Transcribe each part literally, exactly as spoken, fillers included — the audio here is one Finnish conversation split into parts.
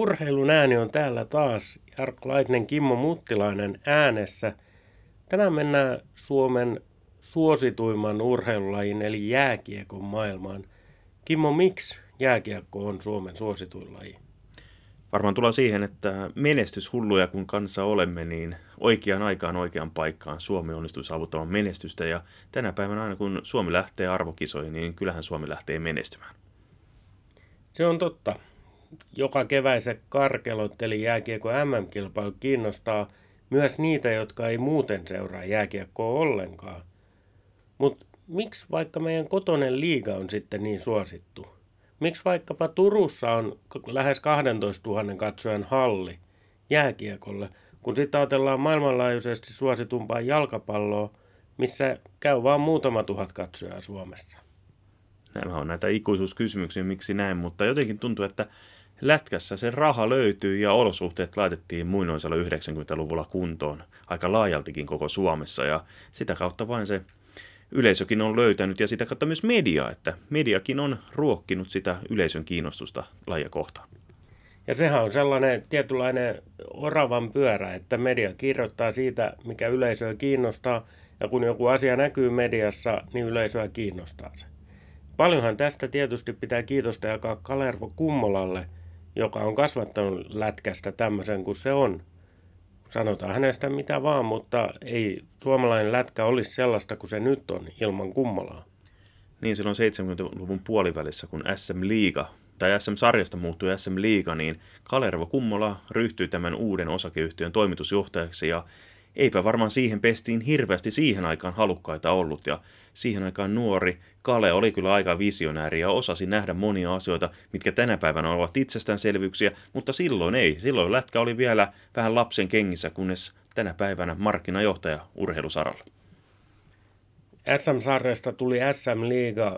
Urheilun ääni on täällä taas. Jarkko Laitinen, Kimmo Muttilainen äänessä. Tänään mennään Suomen suosituimman urheilulajin eli jääkiekon maailmaan. Kimmo, miksi jääkiekko on Suomen suosituin laji? Varmaan tullaan siihen, että menestyshulluja kun kanssa olemme, niin oikeaan aikaan oikeaan paikkaan Suomi onnistui saavuttamaan menestystä. Ja tänä päivänä aina kun Suomi lähtee arvokisoihin, niin kyllähän Suomi lähtee menestymään. Se on totta. Joka keväiset karkelot eli jääkiekko M M-kilpailu kiinnostaa myös niitä, jotka ei muuten seuraa jääkiekkoa ollenkaan. Mutta miksi vaikka meidän kotonen liiga on sitten niin suosittu? Miksi vaikkapa Turussa on lähes kaksitoistatuhatta katsojan halli jääkiekolle, kun sitten ajatellaan maailmanlaajuisesti suositumpaa jalkapalloa, missä käy vain muutama tuhat katsojaa Suomessa? Nämä on näitä ikuisuuskysymyksiä, miksi näin, mutta jotenkin tuntuu, että lätkässä se raha löytyy ja olosuhteet laitettiin muinoisella yhdeksänkymmentäluvulla kuntoon aika laajaltikin koko Suomessa ja sitä kautta vain se yleisökin on löytänyt ja sitä kautta myös media, että mediakin on ruokkinut sitä yleisön kiinnostusta lajia kohtaan. Ja sehän on sellainen tietynlainen oravan pyörä, että media kirjoittaa siitä, mikä yleisöä kiinnostaa ja kun joku asia näkyy mediassa, niin yleisöä kiinnostaa se. Paljonhan tästä tietysti pitää kiitosta jakaa Kalervo Kummolalle, joka on kasvattanut lätkästä tämmöisen kuin se on. Sanotaan hänestä mitä vaan, mutta ei suomalainen lätkä olisi sellaista kuin se nyt on ilman Kummolaa. Niin silloin seitsemänkymmentäluvun puolivälissä, kun S M-liiga tai S M-sarjasta muuttui S M-liiga, niin Kalervo Kummola ryhtyi tämän uuden osakeyhtiön toimitusjohtajaksi ja eipä varmaan siihen pestiin hirveästi siihen aikaan halukkaita ollut ja siihen aikaan nuori Kale oli kyllä aika visionääri ja osasi nähdä monia asioita, mitkä tänä päivänä ovat itsestäänselvyyksiä, mutta silloin ei. Silloin lätkä oli vielä vähän lapsen kengissä, kunnes tänä päivänä markkinajohtaja urheilusaralla. S M-sarjasta tuli S M-liiga.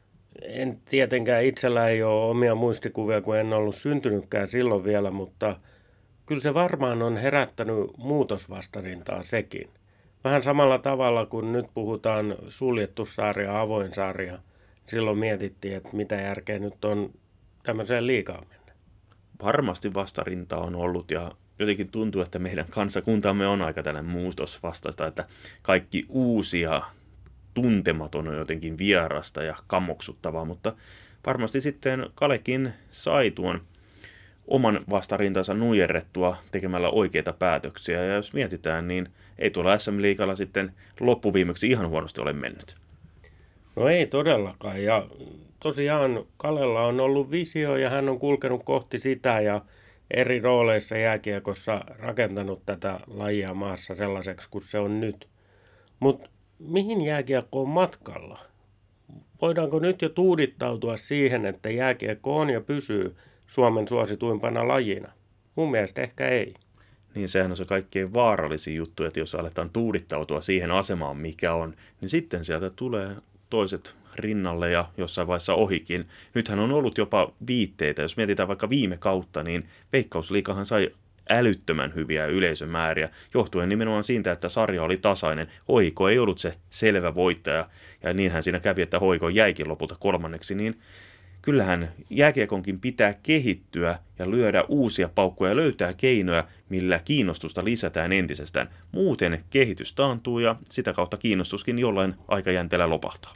En tietenkään itsellä ei ole omia muistikuvia, kun en ollut syntynytkään silloin vielä, mutta kyllä se varmaan on herättänyt muutosvastarintaa sekin. Vähän samalla tavalla kuin nyt puhutaan suljettu sarja, avoin sarja. Silloin mietittiin, että mitä järkeä nyt on tämmöiseen liigaan mennä. Varmasti vastarinta on ollut ja jotenkin tuntuu, että meidän kansakuntamme on aika tällainen muutosvastaista, että kaikki uusia tuntematon on jotenkin vierasta ja kammoksuttavaa, mutta varmasti sitten Kalekin sai tuon oman vastarintansa nujerrettua tekemällä oikeita päätöksiä. Ja jos mietitään, niin ei tuolla S M-liigalla sitten loppuviimeksi ihan huonosti ole mennyt. No ei todellakaan. Ja tosiaan Kalella on ollut visio ja hän on kulkenut kohti sitä ja eri rooleissa jääkiekossa rakentanut tätä lajia maassa sellaiseksi kuin se on nyt. Mutta mihin jääkiekko on matkalla? Voidaanko nyt jo tuudittautua siihen, että jääkiekko on ja pysyy Suomen suosituimpana lajina? Mun mielestä ehkä ei. Niin sehän on se kaikkein vaarallisin juttu, että jos aletaan tuudittautua siihen asemaan, mikä on, niin sitten sieltä tulee toiset rinnalle ja jossain vaiheessa ohikin. Nythän on ollut jopa viitteitä. Jos mietitään vaikka viime kautta, niin Veikkausliigahan sai älyttömän hyviä yleisömääriä, johtuen nimenomaan siitä, että sarja oli tasainen. Hoiko ei ollut se selvä voittaja, ja niinhän siinä kävi, että Hoiko jäikin lopulta kolmanneksi, niin kyllähän jääkiekonkin pitää kehittyä ja lyödä uusia paukkuja ja löytää keinoja, millä kiinnostusta lisätään entisestään. Muuten kehitys taantuu ja sitä kautta kiinnostuskin jollain aikajänteellä lopahtaa.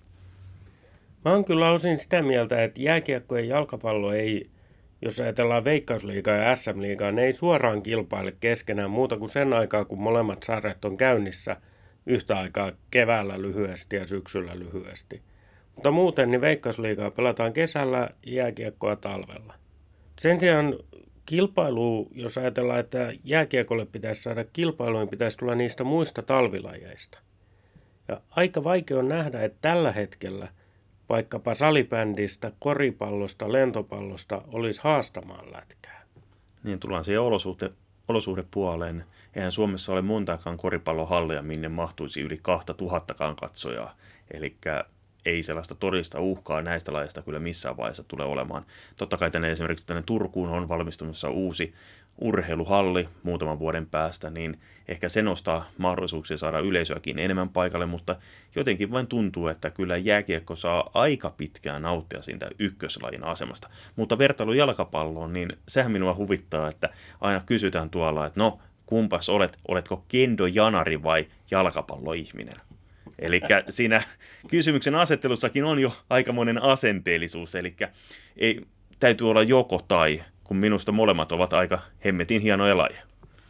Mä oon kyllä osin sitä mieltä, että jääkiekko ja jalkapallo ei, jos ajatellaan Veikkausliigaa ja S M-liigaa, ne ei suoraan kilpaile keskenään muuta kuin sen aikaa, kun molemmat sarjat on käynnissä yhtä aikaa keväällä lyhyesti ja syksyllä lyhyesti. Mutta muuten niin Veikkausliigaa pelataan kesällä, jääkiekkoa talvella. Sen sijaan kilpailu, jos ajatellaan, että jääkiekolle pitäisi saada kilpailuun, pitäisi tulla niistä muista talvilajeista. Ja aika vaikea on nähdä, että tällä hetkellä vaikkapa salibändistä, koripallosta, lentopallosta olisi haastamaan lätkää. Niin tullaan siihen olosuhte, olosuhdepuoleen. Eihän Suomessa ole montaakaan koripallohallia, minne mahtuisi yli kahta tuhattakaan katsojaa. Elikkä ei sellaista todellista uhkaa näistä lajeista kyllä missään vaiheessa tule olemaan. Totta kai tänne esimerkiksi tänne Turkuun on valmistumassa uusi urheiluhalli muutaman vuoden päästä, niin ehkä se nostaa mahdollisuuksia saada yleisöäkin enemmän paikalle, mutta jotenkin vain tuntuu, että kyllä jääkiekko saa aika pitkään nauttia siitä ykköslajin asemasta. Mutta vertailu jalkapalloon, niin sehän minua huvittaa, että aina kysytään tuolla, että no, kumpas olet, oletko Kendo Janari vai jalkapalloihminen? Eli siinä kysymyksen asettelussakin on jo aikamoinen asenteellisuus, eli ei, täytyy olla joko tai, kun minusta molemmat ovat aika hemmetin hienoja lajeja.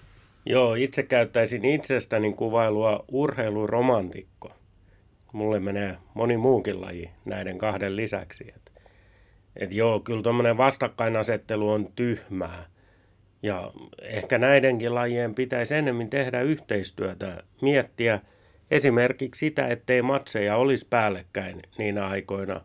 Joo, itse käyttäisin itsestäni kuvailua urheiluromantikko. Mulle menee moni muukin laji näiden kahden lisäksi. Et, et joo, kyllä tuommoinen vastakkainasettelu on tyhmää. Ja ehkä näidenkin lajien pitäisi enemmän tehdä yhteistyötä, miettiä esimerkiksi sitä, ettei matseja olisi päällekkäin niinä aikoina,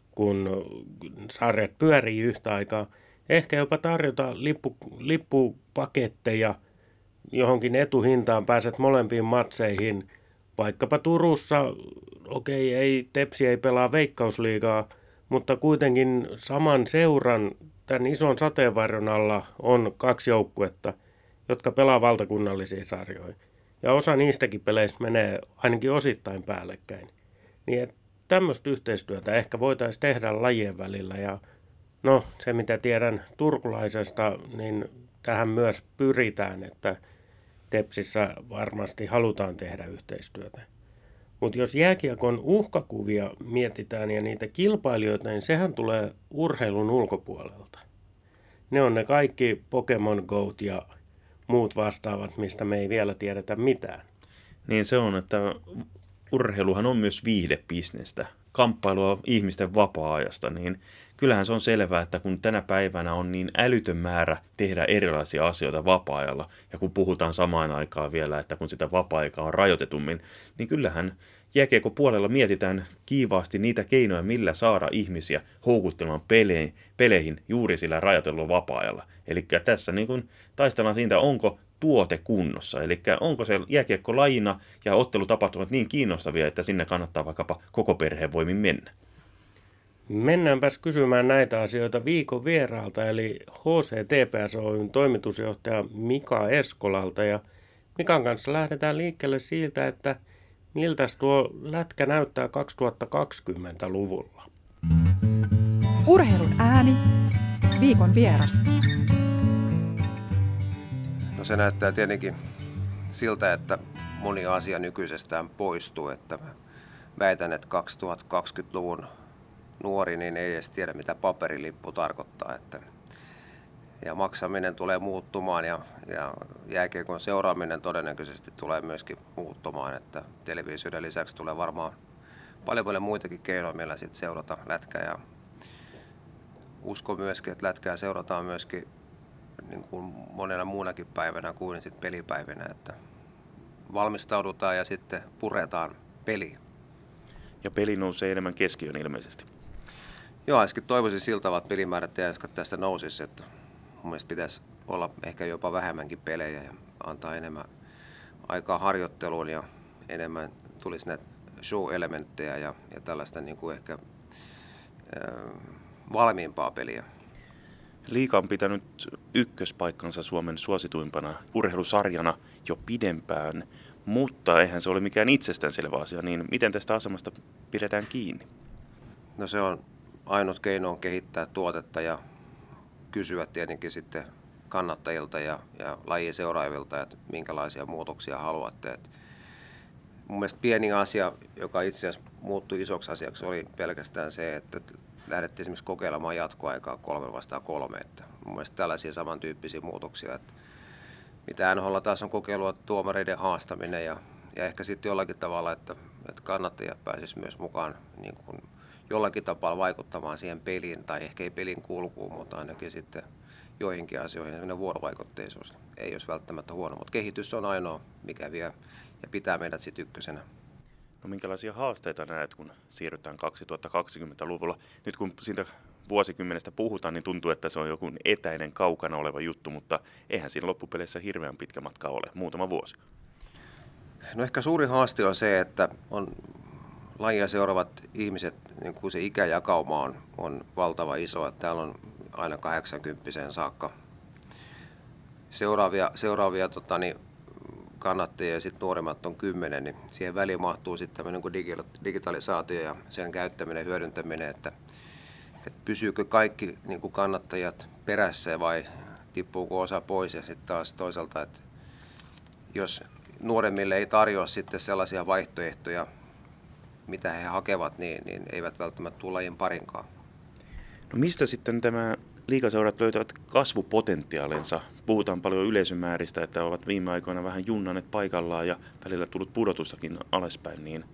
kun sarjat pyörii yhtä aikaa. Ehkä jopa tarjota lippu, lippupaketteja johonkin etuhintaan, pääset molempiin matseihin. Vaikkapa Turussa, okei, ei, Tepsi ei pelaa Veikkausliigaa, mutta kuitenkin saman seuran tämän ison sateenvarjon alla on kaksi joukkuetta, jotka pelaa valtakunnallisia sarjoja. Ja osa niistäkin peleistä menee ainakin osittain päällekkäin. Niin tämmöistä yhteistyötä ehkä voitaisiin tehdä lajien välillä. Ja no, se mitä tiedän turkulaisesta, niin tähän myös pyritään, että Tepsissä varmasti halutaan tehdä yhteistyötä. Mutta jos jääkiekon uhkakuvia mietitään ja niitä kilpailijoita, niin sehän tulee urheilun ulkopuolelta. Ne on ne kaikki Pokemon Goat ja muut vastaavat, mistä me ei vielä tiedetä mitään. Niin se on, että urheiluhan on myös viihdebisnestä, kamppailua ihmisten vapaa-ajasta, niin kyllähän se on selvää, että kun tänä päivänä on niin älytön määrä tehdä erilaisia asioita vapaa-ajalla, ja kun puhutaan samaan aikaan vielä, että kun sitä vapaa-aikaa on rajoitetummin, niin kyllähän jääkiekon puolella mietitään kiivaasti niitä keinoja, millä saada ihmisiä houkuttelemaan peleihin, peleihin juuri sillä rajatellulla vapaa-ajalla. Eli tässä niin kun taistellaan siitä, onko tuote kunnossa, eli onko se jääkiekko lajina ja ottelutapahtumat niin kiinnostavia, että sinne kannattaa vaikkapa koko perheen voimin mennä. Mennäänpäs kysymään näitä asioita viikon vieraalta, eli H C T P S Oy:n toimitusjohtaja Mika Eskolalta. Ja Mikan kanssa lähdetään liikkeelle siitä, että miltäs tuo lätkä näyttää kaksituhattakaksikymmentäluvulla. Urheilun ääni, viikon vieras. No se näyttää tietenkin siltä, että moni asia nykyisestään poistuu, että mä väitän, että kaksituhattakaksikymmentäluvun nuori niin ei edes tiedä, mitä paperilippu tarkoittaa. Että ja maksaminen tulee muuttumaan ja, ja jääkiekon seuraaminen todennäköisesti tulee myöskin muuttumaan. Että televisioiden lisäksi tulee varmaan paljon paljon muitakin keinoja, millä sitten seurata lätkää. Ja uskon myöskin, että lätkää seurataan myöskin niin kuin monena muunakin päivänä kuin sit pelipäivinä. Että valmistaudutaan ja sitten puretaan peliin. Ja peli nousee enemmän keskiöön ilmeisesti. Joo, äsken toivoisin siltä, että pelimäärät tästä nousisi, että mun mielestä pitäisi olla ehkä jopa vähemmänkin pelejä ja antaa enemmän aikaa harjoitteluun ja enemmän tulisi näitä show-elementtejä ja, ja tällaista niin kuin ehkä äh, valmiimpaa peliä. Liiga on pitänyt ykköspaikkansa Suomen suosituimpana urheilusarjana jo pidempään, mutta eihän se ole mikään itsestäänselvä asia, niin miten tästä asemasta pidetään kiinni? No se on ainut keino on kehittää tuotetta ja kysyä tietenkin sitten kannattajilta ja, ja lajien seuraavilta, että minkälaisia muutoksia haluatte. Et mun mielestä pieni asia, joka itse asiassa muuttui isoksi asiaksi, oli pelkästään se, että lähdettiin esimerkiksi kokeilemaan jatkoaikaa kolme vastaan kolme. Että mun mielestä tällaisia samantyyppisiä muutoksia, että mitä N H L taas on kokeilua tuomareiden haastaminen ja, ja ehkä sitten jollakin tavalla, että, että kannattajat pääsisivät myös mukaan niin kuin jollakin tapaa vaikuttamaan siihen peliin, tai ehkä ei pelin kulkuun, mutta ainakin sitten joihinkin asioihin. Sellainen vuorovaikutteisuus ei olisi välttämättä huono, mutta kehitys on ainoa, mikä vie ja pitää meidät sitten ykkösenä. No minkälaisia haasteita näet, kun siirrytään kaksituhattakaksikymmentäluvulla? Nyt kun siitä vuosikymmenestä puhutaan, niin tuntuu, että se on joku etäinen, kaukana oleva juttu, mutta eihän siinä loppupeleissä hirveän pitkä matka ole, muutama vuosi. No ehkä suuri haaste on se, että on lajia seuraavat ihmiset, niin kuin se ikäjakauma on, on valtava iso, että täällä on aina kahdeksankymmentä saakka seuraavia, seuraavia tota, niin, kannattajia ja sitten nuoremmat on kymmenen, niin siihen väliin mahtuu sitten tämmöinen kuin digitalisaatio ja sen käyttäminen, hyödyntäminen, että, että pysyykö kaikki niin kuin kannattajat perässä vai tippuuko osa pois, ja sitten taas toisaalta, että jos nuoremmille ei tarjoa sitten sellaisia vaihtoehtoja, mitä he hakevat, niin, niin eivät välttämättä tule lajin parinkaan. No mistä sitten tämä liigaseurat löytävät kasvupotentiaalinsa? Puhutaan paljon yleisömääristä, että ovat viime aikoina vähän junnaneet paikallaan ja välillä tullut pudotustakin alaspäin. Niin,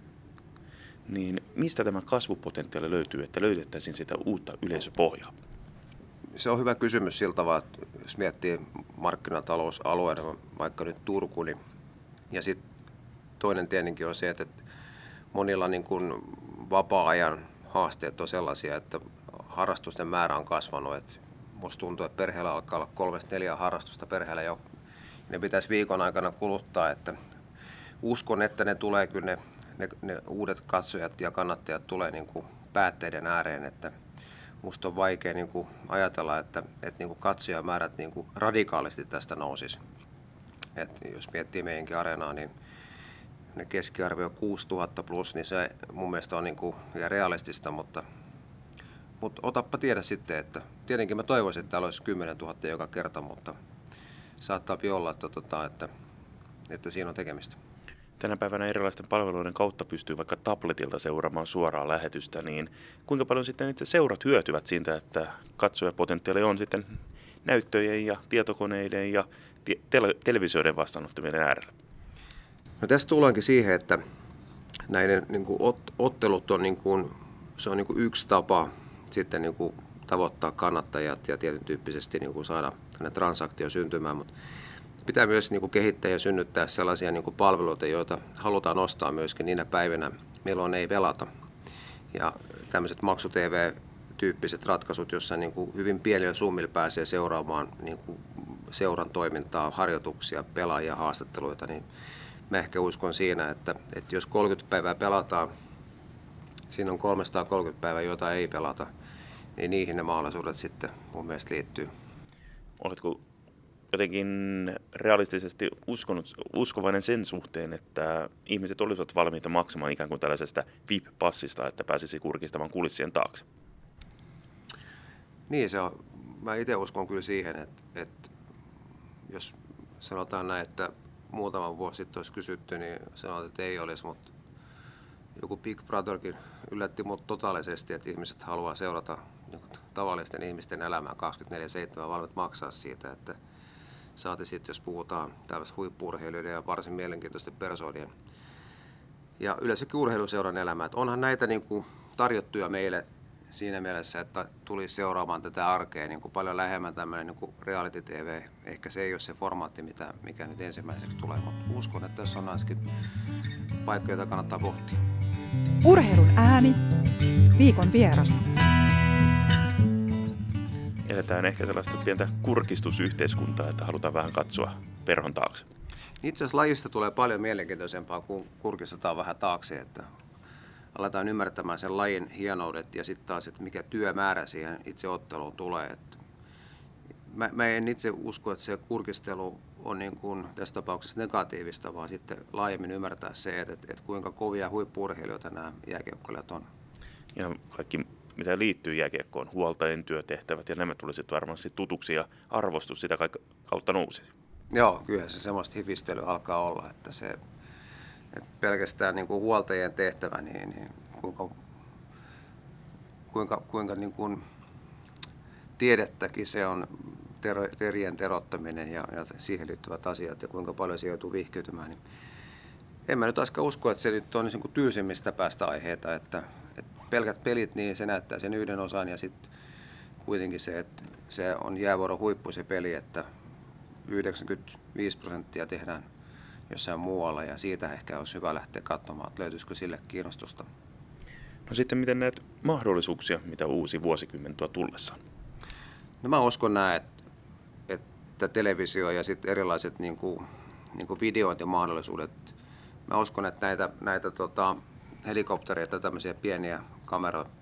niin mistä tämä kasvupotentiaali löytyy, että löydettäisiin sitä uutta yleisöpohjaa? Se on hyvä kysymys sillä tavalla, että jos miettii markkinatalousalueena, vaikka nyt Turku, niin, ja sitten toinen tietenkin on se, että monilla niin kuin vapaa-ajan haasteet on sellaisia, että harrastusten määrä on kasvanut. Että musta tuntuu, että perheellä alkaa olla kolmesta neljä harrastusta perheellä jo. Ne pitäisi viikon aikana kuluttaa, että uskon, että ne tulee kyllä ne, ne, ne uudet katsojat ja kannattajat tulee niin kuin päätteiden ääreen, että musta on vaikea niin kuin ajatella, että, että niin kuin katsojamäärät niin kuin radikaalisti tästä nousisi. Et jos miettii meidänkin areenaa, niin ne keskiarvio kuusituhatta plus, niin se mun mielestä on niin kuin realistista, mutta, mutta otappa tiedä sitten, että tietenkin mä toivoisin, että täällä olisi kymmenen tuhatta joka kerta, mutta saattaa olla, että, että, että, että siinä on tekemistä. Tänä päivänä erilaisten palveluiden kautta pystyy vaikka tabletilta seuraamaan suoraa lähetystä, niin kuinka paljon sitten itse seurat hyötyvät siitä, että katsojapotentiaali on sitten näyttöjen ja tietokoneiden ja te- televisioiden vastaanottaminen äärellä? No tässä tullaankin siihen, että näiden niin kuin ot- ottelut on, niin kuin, se on niin kuin yksi tapa sitten niin kuin tavoittaa kannattajat ja tietyn tyyppisesti niin kuin saada tänne transaktio syntymään, mutta pitää myös niin kuin kehittää ja synnyttää sellaisia niin kuin palveluita, joita halutaan ostaa myöskin niinä päivinä, milloin ei velata. Ja tämmöiset maksu-T V-tyyppiset ratkaisut, joissa niin kuin hyvin pienillä summilla pääsee seuraamaan niin kuin seuran toimintaa, harjoituksia, pelaajia, haastatteluita, niin mä ehkä uskon siinä, että, että jos kolmekymmentä päivää pelataan, siinä on kolmesataakolmekymmentä päivää, jota ei pelata, niin niihin ne mahdollisuudet sitten mun mielestä liittyy. Oletko jotenkin realistisesti uskonut, uskovainen sen suhteen, että ihmiset olisivat valmiita maksamaan ikään kuin tällaisesta V I P-passista, että pääsisi kurkistamaan kulissien taakse? Niin, se on. Mä itse uskon kyllä siihen, että, että jos sanotaan näin, että muutama vuosi sitten olisi kysytty, niin sanotaan, että ei olisi, mutta joku Big Brotherkin yllätti mut totaalisesti, että ihmiset haluaa seurata niin tavallisten ihmisten elämää kaksikymmentäneljä seitsemän, valmiit maksaa siitä, että saati sitten, jos puhutaan tällaista huippu-urheilijoiden ja varsin mielenkiintoisten persoonien ja yleensäkin urheiluseuran elämää. Että onhan näitä niin kuin tarjottuja meille siinä mielessä, että tulisi seuraamaan tätä arkea niin kuin paljon lähemmän tämmöinen niin kuin reality-T V. Ehkä se ei ole se formaatti, mitä, mikä nyt ensimmäiseksi tulee, mutta uskon, että tässä on ainakin paikka, jota kannattaa pohtia. Urheilun ääni. Viikon vieras. Eletään ehkä sellaista pientä kurkistusyhteiskuntaa, että halutaan vähän katsoa perhon taakse. Itse asiassa lajista tulee paljon mielenkiintoisempaa, kun kurkistetaan vähän taakse, että aletaan ymmärtämään sen lajin hienoudet ja sitten taas, että mikä työmäärä siihen itse otteluun tulee. Että mä, mä en itse usko, että se kurkistelu on niin kuin tässä tapauksessa negatiivista, vaan sitten laajemmin ymmärtää se, että, että kuinka kovia huippu-urheilijoita nämä jääkiekkoilijat on. Ja kaikki, mitä liittyy jääkiekkoon, huoltajien työtehtävät ja nämä tulisivat varmasti tutuksi ja arvostus sitä kautta nousisi. Joo, kyllä se semmoista hifistelyä alkaa olla, että se että pelkästään niin kuin huoltajien tehtävä, niin, niin kuinka, kuinka, kuinka niin kuin tiedettäkin se on ter, terien terottaminen ja, ja siihen liittyvät asiat ja kuinka paljon se joutuu vihkiytymään. Niin en mä nyt äsken usko, että se nyt on niin kuin tylsimmistä päästä aiheita, että, että pelkät pelit, niin se näyttää sen yhden osan ja sitten kuitenkin se, että se on jäävuoron huippu se peli, että yhdeksänkymmentäviisi prosenttia tehdään jossain muualla ja siitä ehkä olisi hyvä lähteä katsomaan, että löytyisikö sille kiinnostusta. No sitten miten näet mahdollisuuksia, mitä uusi vuosikymmen tuo tullessaan? No mä uskon näin, että, että televisio ja sitten erilaiset niin kuin, niin kuin videointimahdollisuudet. Mä uskon, että näitä, näitä tota, helikoptereita, tämmöisiä pieniä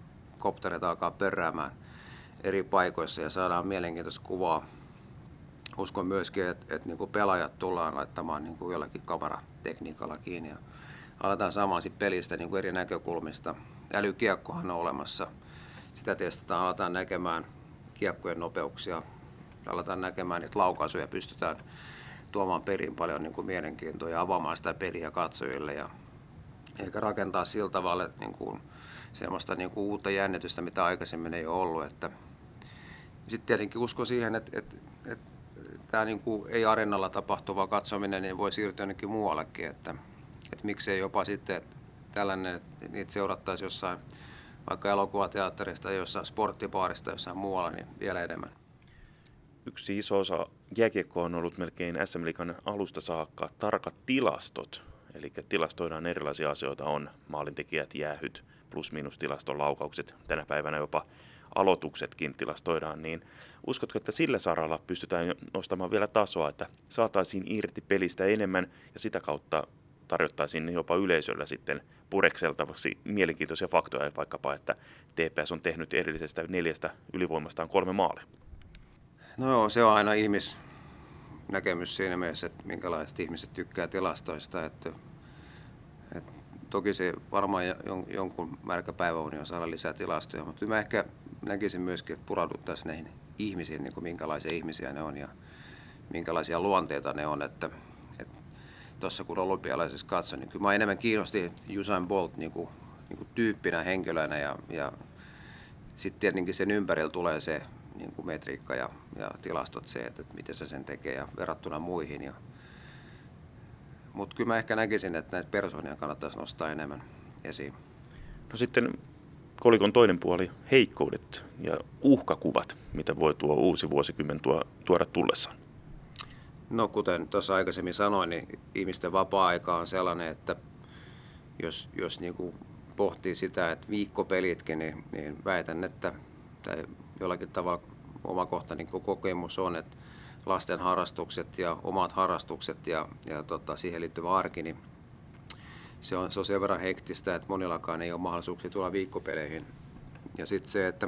kamerakoptereita alkaa peräämään eri paikoissa ja saadaan mielenkiintoista kuvaa uskon myöskin, että, että niin kuin pelaajat tullaan laittamaan niin kuin jollakin kameratekniikalla kiinni ja aletaan saamaan sit pelistä niin kuin eri näkökulmista. Älykiekkohan on olemassa. Sitä testataan, aletaan näkemään kiekkojen nopeuksia, aletaan näkemään niitä laukaisuja, pystytään tuomaan peliin paljon niin kuin mielenkiintoa ja avaamaan sitä peliä katsojille ja eikä rakentaa sillä tavalla niin kuin semmoista niin kuin uutta jännitystä, mitä aikaisemmin ei ole ollut. Sitten tietenkin uskon siihen, että, että, että tämä niin kuin ei-areenalla tapahtuva katsominen niin voi siirtyä jonnekin muuallekin, että, että miksei jopa sitten että tällainen, että niitä seurattaisiin jossain vaikka elokuvateatterista tai jossain sporttibaarista jossain muualla, niin vielä enemmän. Yksi iso osa jääkiekkoa on ollut melkein S M-liigan alusta saakka tarkat tilastot. Eli tilastoidaan erilaisia asioita, on maalintekijät, jäähyt, plus-miinus-tilaston laukaukset, tänä päivänä jopa aloituksetkin tilastoidaan, niin uskotko, että sillä saralla pystytään nostamaan vielä tasoa, että saataisiin irti pelistä enemmän ja sitä kautta tarjottaisiin jopa yleisöllä sitten purekseltavaksi mielenkiintoisia faktoja, vaikkapa, että T P S on tehnyt erillisestä neljästä ylivoimastaan kolme maalia? No joo, se on aina ihmisnäkemys siinä mielessä, että minkälaiset ihmiset tykkää tilastoista. Että, että toki se varmaan jonkun märkä päiväuni on saada lisää tilastoja, mutta mä ehkä näkisin myöskin, että purauduttaisiin näihin ihmisiin, niin kuin minkälaisia ihmisiä ne on ja minkälaisia luonteita ne on. Että, että tuossa kun olympialaisessa katsoin, niin kyllä mä enemmän kiinnosti Usain Bolt niin kuin, niin kuin tyyppinä, henkilönä ja, ja sitten tietenkin sen ympärillä tulee se niin kuin metriikka ja, ja tilastot se, että, että miten se sen tekee ja verrattuna muihin. Ja, mutta kyllä mä ehkä näkisin, että näitä persoonia kannattaisi nostaa enemmän esiin. No sitten kolikon toinen puoli, heikkoudet ja uhkakuvat, mitä voi tuo uusi vuosikymmen tuo, tuoda tullessaan. No kuten tuossa aikaisemmin sanoin, niin ihmisten vapaa-aika on sellainen, että jos, jos niin kuin pohtii sitä, että viikkopelitkin, niin, niin väitän, että tai jollakin tavalla omakohtainen kokemus on, että lasten harrastukset ja omat harrastukset ja, ja tota, siihen liittyvä arki, niin se on, se on sen verran hektistä, että monillakaan ei ole mahdollisuuksia tulla viikkopeleihin. Ja sitten se, että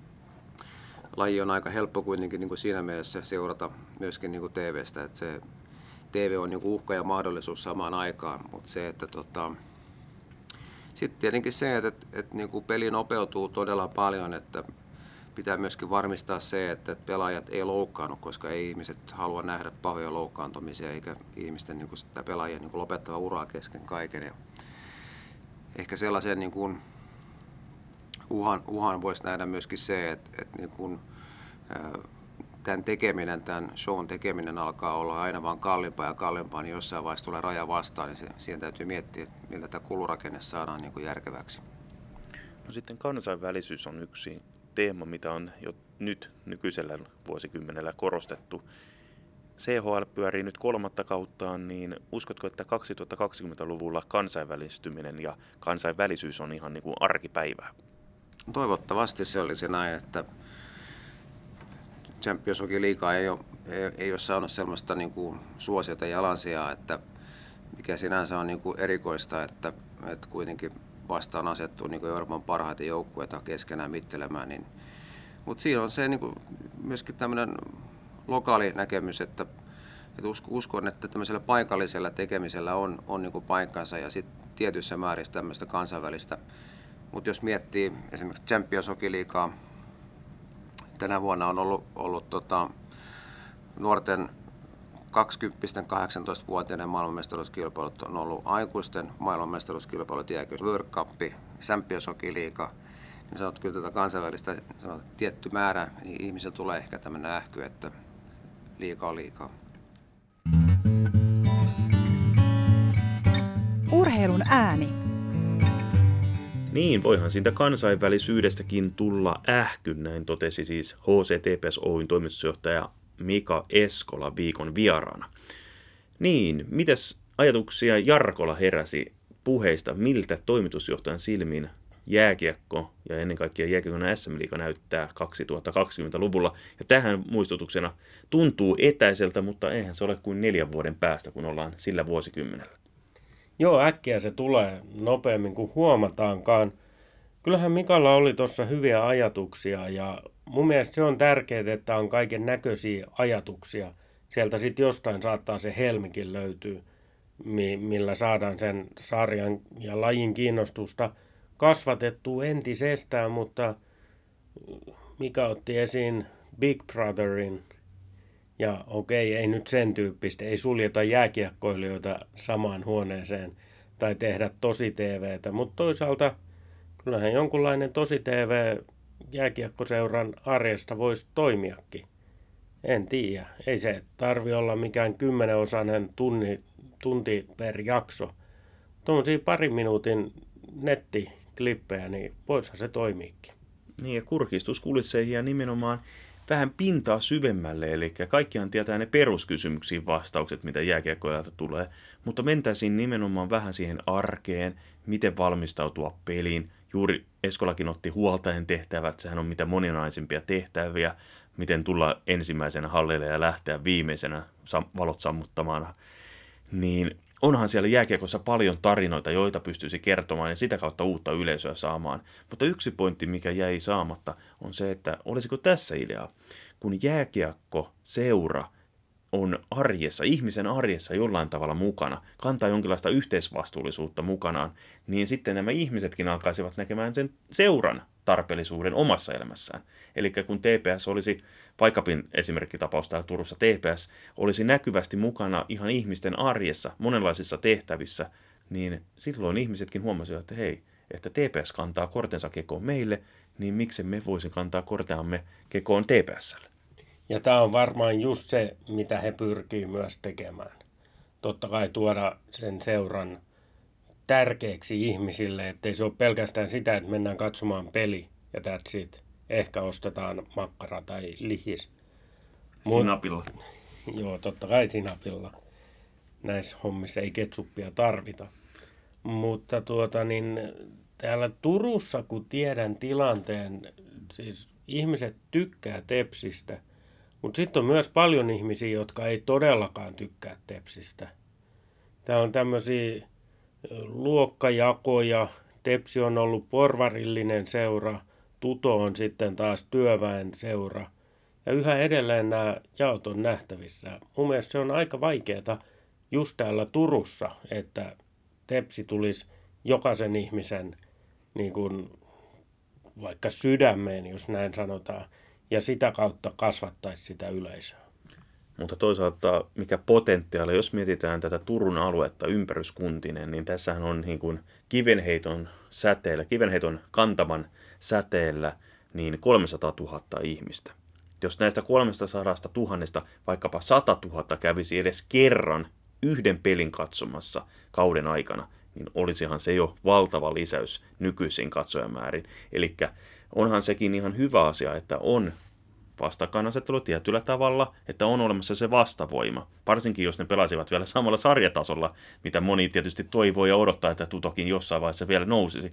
laji on aika helppo kuitenkin niin kuin siinä mielessä seurata myöskin niin kuin T V:stä, että se T V on niin kuin uhka ja mahdollisuus samaan aikaan, mutta se, että tota, sitten tietenkin se, että, että, että niin kuin peli nopeutuu todella paljon, että pitää myöskin varmistaa se, että pelaajat ei loukkaannu, koska ei ihmiset halua nähdä pahoja loukkaantumisia eikä ihmisten niin kuin, tai pelaajien niin kuin lopettava uraa kesken kaiken. Ja ehkä sellaisen niin kuin, uhan, uhan voisi nähdä myöskin se, että, että niin kuin, tämän tekeminen, tämän shown tekeminen alkaa olla aina vaan kalliimpaa ja kalliimpaa, niin jossain vaiheessa tulee raja vastaan, niin se, siihen täytyy miettiä, että millä tämä kulurakenne saadaan niin kuin järkeväksi. No sitten kansainvälisyys on yksi teema, mitä on jo nyt nykyisellä vuosikymmenellä korostettu. C H L pyörii nyt kolmatta kauttaan, niin uskotko, että kaksituhattakaksikymmentäluvulla kansainvälistyminen ja kansainvälisyys on ihan niin kuin arkipäivää? Toivottavasti se olisi näin, että Champions Hockey Liiga ei ole, ei, ei ole saanut sellaista niin kuin suosiota jalansijaa, että mikä sinänsä on niin kuin erikoista, että, että kuitenkin vastaan asettuu niin kuin Euroopan parhaita joukkueita keskenään mittelemään. Niin, mutta siinä on se niin kuin, myöskin tämmöinen lokaali näkemys, että, että uskon, että tämmöisellä paikallisella tekemisellä on, on niin kuin paikkansa ja sitten tietyissä määrissä tämmöistä kansainvälistä. Mutta jos miettii esimerkiksi Champions Hockey Liigaa, tänä vuonna on ollut, ollut tota, nuorten kaksikymmentä-kahdeksantoistavuotiaiden maailmanmestaruuskilpailut, on ollut aikuisten maailmanmestaruuskilpailut, jääkiekko, World Cup, Champions Hockey Liiga. Niin sanot kyllä tätä kansainvälistä sanot, tietty määrä, niin ihmisellä tulee ehkä tämmöinen ähky, että liikaa on liikaa. Urheilun ääni. Niin, voihan siitä kansainvälisyydestäkin tulla ähky, näin totesi siis H C T P S Oyn toimitusjohtaja Mika Eskola viikon vieraana. Niin, mitäs ajatuksia Jarkola heräsi puheista, miltä toimitusjohtajan silmin jääkiekko ja ennen kaikkea jääkiekon S M-liiga näyttää kaksituhattakaksikymmentäluvulla. Ja tähän muistutuksena tuntuu etäiseltä, mutta eihän se ole kuin neljän vuoden päästä, kun ollaan sillä vuosikymmenellä. Joo, äkkiä se tulee nopeammin kuin huomataankaan. Kyllähän Mikalla oli tuossa hyviä ajatuksia ja mun mielestä se on tärkeää, että on kaiken näköisiä ajatuksia sieltä sitten jostain saattaa se helmikin löytyä, millä saadaan sen sarjan ja lajin kiinnostusta kasvatettua entisestään, mutta Mika otti esiin Big Brotherin, ja okei, ei nyt sen tyyppistä, ei suljeta jääkiekkoilijoita samaan huoneeseen tai tehdä tosi T V:tä, mutta toisaalta kyllähän jonkunlainen tosi T V jääkiekkoseuran arjesta voisi toimiakin. En tiedä. Ei se tarvi olla mikään kymmenenosainen tunni, tunti per jakso. Tuollaisia parin minuutin nettiklippejä, niin voisihan se toimiikin. Niin, ja kurkistuskulisseihin ja nimenomaan vähän pintaa syvemmälle, eli kaikkihan tietää ne peruskysymyksiin vastaukset, mitä jääkiekkoilijalta tulee, mutta mentäisiin nimenomaan vähän siihen arkeen, miten valmistautua peliin. Juuri Eskolakin otti huoltajan tehtävät, sehän on mitä moninaisimpia tehtäviä, miten tulla ensimmäisenä hallille ja lähteä viimeisenä valot sammuttamaan. Niin onhan siellä jääkiekossa paljon tarinoita, joita pystyisi kertomaan ja sitä kautta uutta yleisöä saamaan. Mutta yksi pointti, mikä jäi saamatta, on se, että olisiko tässä ideaa, kun jääkiekko seura on arjessa, ihmisen arjessa jollain tavalla mukana, kantaa jonkinlaista yhteisvastuullisuutta mukanaan, niin sitten nämä ihmisetkin alkaisivat näkemään sen seuran tarpeellisuuden omassa elämässään. Eli kun T P S olisi, vaikkapin esimerkkitapaus täällä Turussa, T P S olisi näkyvästi mukana ihan ihmisten arjessa, monenlaisissa tehtävissä, niin silloin ihmisetkin huomasivat, että hei, että T P S kantaa kortensa kekoon meille, niin miksi me voisi kantaa korteamme kekoon T P S:lle? Ja tämä on varmaan just se, mitä he pyrkii myös tekemään. Totta kai tuoda sen seuran tärkeäksi ihmisille, ettei se ole pelkästään sitä, että mennään katsomaan peli ja that's it. Ehkä ostetaan makkara tai lihis. Mut, Sinapilla. Joo, totta kai sinapilla. Näissä hommissa ei ketsuppia tarvita. Mutta tuota niin, täällä Turussa, kun tiedän tilanteen, siis ihmiset tykkää Tepsistä, mutta sitten on myös paljon ihmisiä, jotka ei todellakaan tykkää Tepsistä. Tää on tämmöisiä luokkajakoja. Tepsi on ollut porvarillinen seura, Tuto on sitten taas työväen seura. Ja yhä edelleen nämä jaot on nähtävissä. Mun mielestä se on aika vaikeaa just täällä Turussa, että Tepsi tulisi jokaisen ihmisen niin kuin vaikka sydämeen, jos näin sanotaan, ja sitä kautta kasvattaisi sitä yleisöä. Mutta toisaalta mikä potentiaali, jos mietitään tätä Turun aluetta ympäryskuntinen, niin tässähän on niin kuin kivenheiton säteellä, kivenheiton kantaman säteellä niin kolmesataatuhatta ihmistä. Jos näistä kolmesataatuhatta vaikkapa sata tuhatta kävisi edes kerran yhden pelin katsomassa kauden aikana, niin olisihan se jo valtava lisäys nykyisiin katsojamäärin. Eli onhan sekin ihan hyvä asia, että on vastakkainasettelu tietyllä tavalla, että on olemassa se vastavoima. Varsinkin jos ne pelaisivat vielä samalla sarjatasolla, mitä moni tietysti toivoo ja odottaa, että Tutokin jossain vaiheessa vielä nousisi.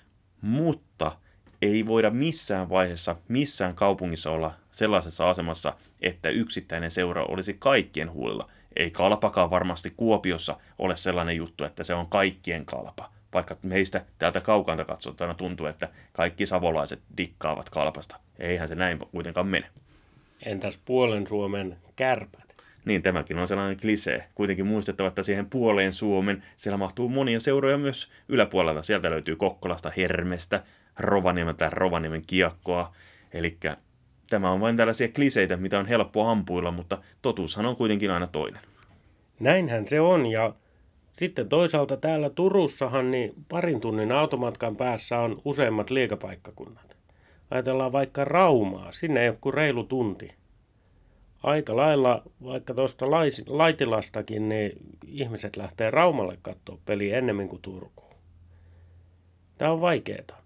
Mutta ei voida missään vaiheessa, missään kaupungissa olla sellaisessa asemassa, että yksittäinen seura olisi kaikkien huulilla. Ei Kalpakaan varmasti Kuopiossa ole sellainen juttu, että se on kaikkien Kalpa. Vaikka meistä täältä kaukalta katsottuna tuntuu, että kaikki savolaiset dikkaavat Kalpasta. Eihän se näin kuitenkaan mene. Entäs puolen Suomen Kärpät? Niin, tämäkin on sellainen klisee. Kuitenkin muistettava, että siihen puoleen Suomen siellä mahtuu monia seuroja myös yläpuolelta. Sieltä löytyy Kokkolasta Hermestä, Rovaniemeltä Rovaniemen Kiekkoa. Eli tämä on vain tällaisia kliseitä, mitä on helppo ampuilla, mutta totuushan on kuitenkin aina toinen. Näinhän se on, ja sitten toisaalta täällä Turussahan niin parin tunnin automatkan päässä on useimmat liigapaikkakunnat. Ajatellaan vaikka Raumaa, sinne ei ole kuin reilu tunti. Aika lailla, vaikka tuosta Laitilastakin, niin ihmiset lähtee Raumalle katsoa peliä ennemmin kuin Turkuun. Tämä on vaikeaa.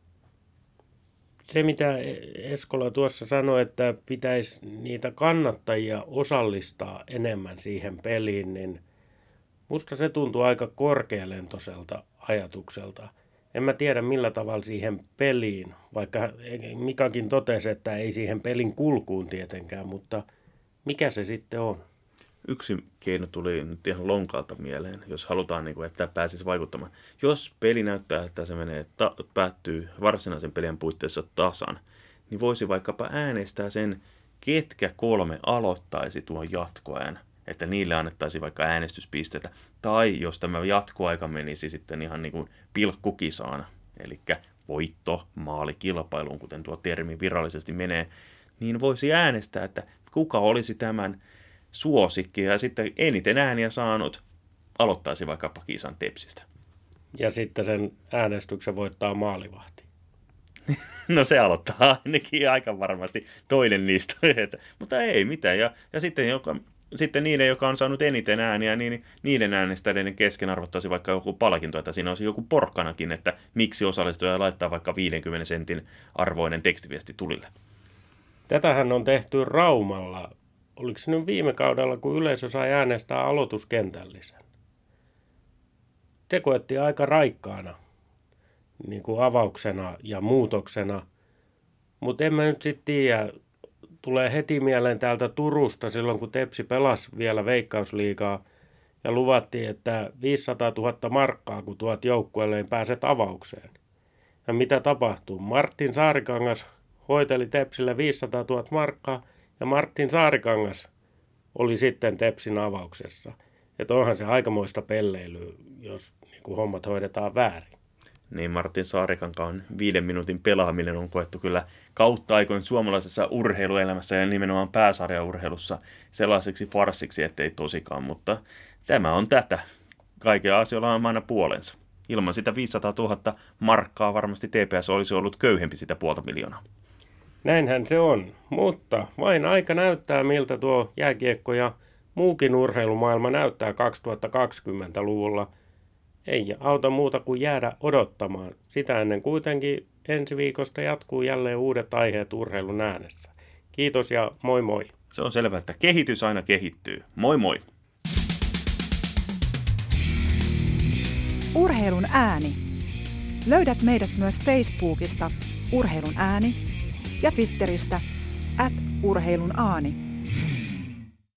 Se, mitä Eskola tuossa sanoi, että pitäisi niitä kannattajia osallistaa enemmän siihen peliin, niin musta se tuntuu aika korkealentoiselta ajatukselta. En mä tiedä millä tavalla siihen peliin, vaikka Mikakin totesi, että ei siihen pelin kulkuun tietenkään, mutta mikä se sitten on? Yksi keino tuli nyt ihan lonkalta mieleen, jos halutaan, että pääsisi vaikuttamaan. Jos peli näyttää, että se menee, ta- päättyy varsinaisen pelin puitteissa tasan, niin voisi vaikkapa äänestää sen, ketkä kolme aloittaisi tuon jatkoajan. että niille annettaisiin vaikka äänestyspisteitä. Tai jos tämä jatkoaika menisi sitten ihan niin kuin pilkkukisaana, eli voitto maalikilpailuun, kuten tuo termi virallisesti menee, niin voisi äänestää, että kuka olisi tämän suosikki ja sitten eniten ääniä saanut aloittaisi vaikkapa kisan Tepsistä. Ja sitten sen äänestyksen voittaa maalivahti. No se aloittaa ainakin aika varmasti toinen niistä, että, mutta ei mitään. Ja, ja sitten, joka, sitten niiden, joka on saanut eniten ääniä, niin niiden äänestäjien kesken arvottaisi vaikka joku palkinto, että siinä olisi joku porkkanakin, että miksi osallistuja laittaa vaikka viidenkymmenen sentin arvoinen tekstiviesti tulille. Tätähän on tehty Raumalla. Oliko se nyt viime kaudella, kun yleisö sai äänestää aloituskentällisen? Se koettiin aika raikkaana, niin kuin avauksena ja muutoksena. Mutta en mä nyt sitten tiedä. Tulee heti mieleen täältä Turusta silloin, kun Tepsi pelasi vielä Veikkausliigaa ja luvattiin, että viisisataatuhatta markkaa, kun tuot joukkueelle, niin pääset avaukseen. Ja mitä tapahtuu? Martin Saarikangas hoiteli Tepsille viisisataatuhatta markkaa ja Martin Saarikangas oli sitten Tepsin avauksessa. Että onhan se aikamoista pelleilyä, jos niin kuin hommat hoidetaan väärin. Niin Martin Saarikankaan viiden minuutin pelaaminen on koettu kyllä kautta aikoin suomalaisessa urheiluelämässä ja nimenomaan pääsarjaurheilussa sellaiseksi farssiksi, ettei tosikaan, mutta tämä on tätä. Kaikilla asioilla on aina puolensa. Ilman sitä viisisataatuhatta markkaa varmasti T P S olisi ollut köyhempi sitä puolta miljoonaa. Näinhän se on, mutta vain aika näyttää, miltä tuo jääkiekko ja muukin urheilumaailma näyttää kaksituhattakaksikymmentäluvulla. Ei auta muuta kuin jäädä odottamaan. Sitä ennen kuitenkin ensi viikosta jatkuu jälleen uudet aiheet urheilun äänessä. Kiitos ja moi moi. Se on selvää, että kehitys aina kehittyy. Moi moi! Urheilun ääni. Löydät meidät myös Facebookista Urheilun ääni ja Twitteristä at urheilun aani.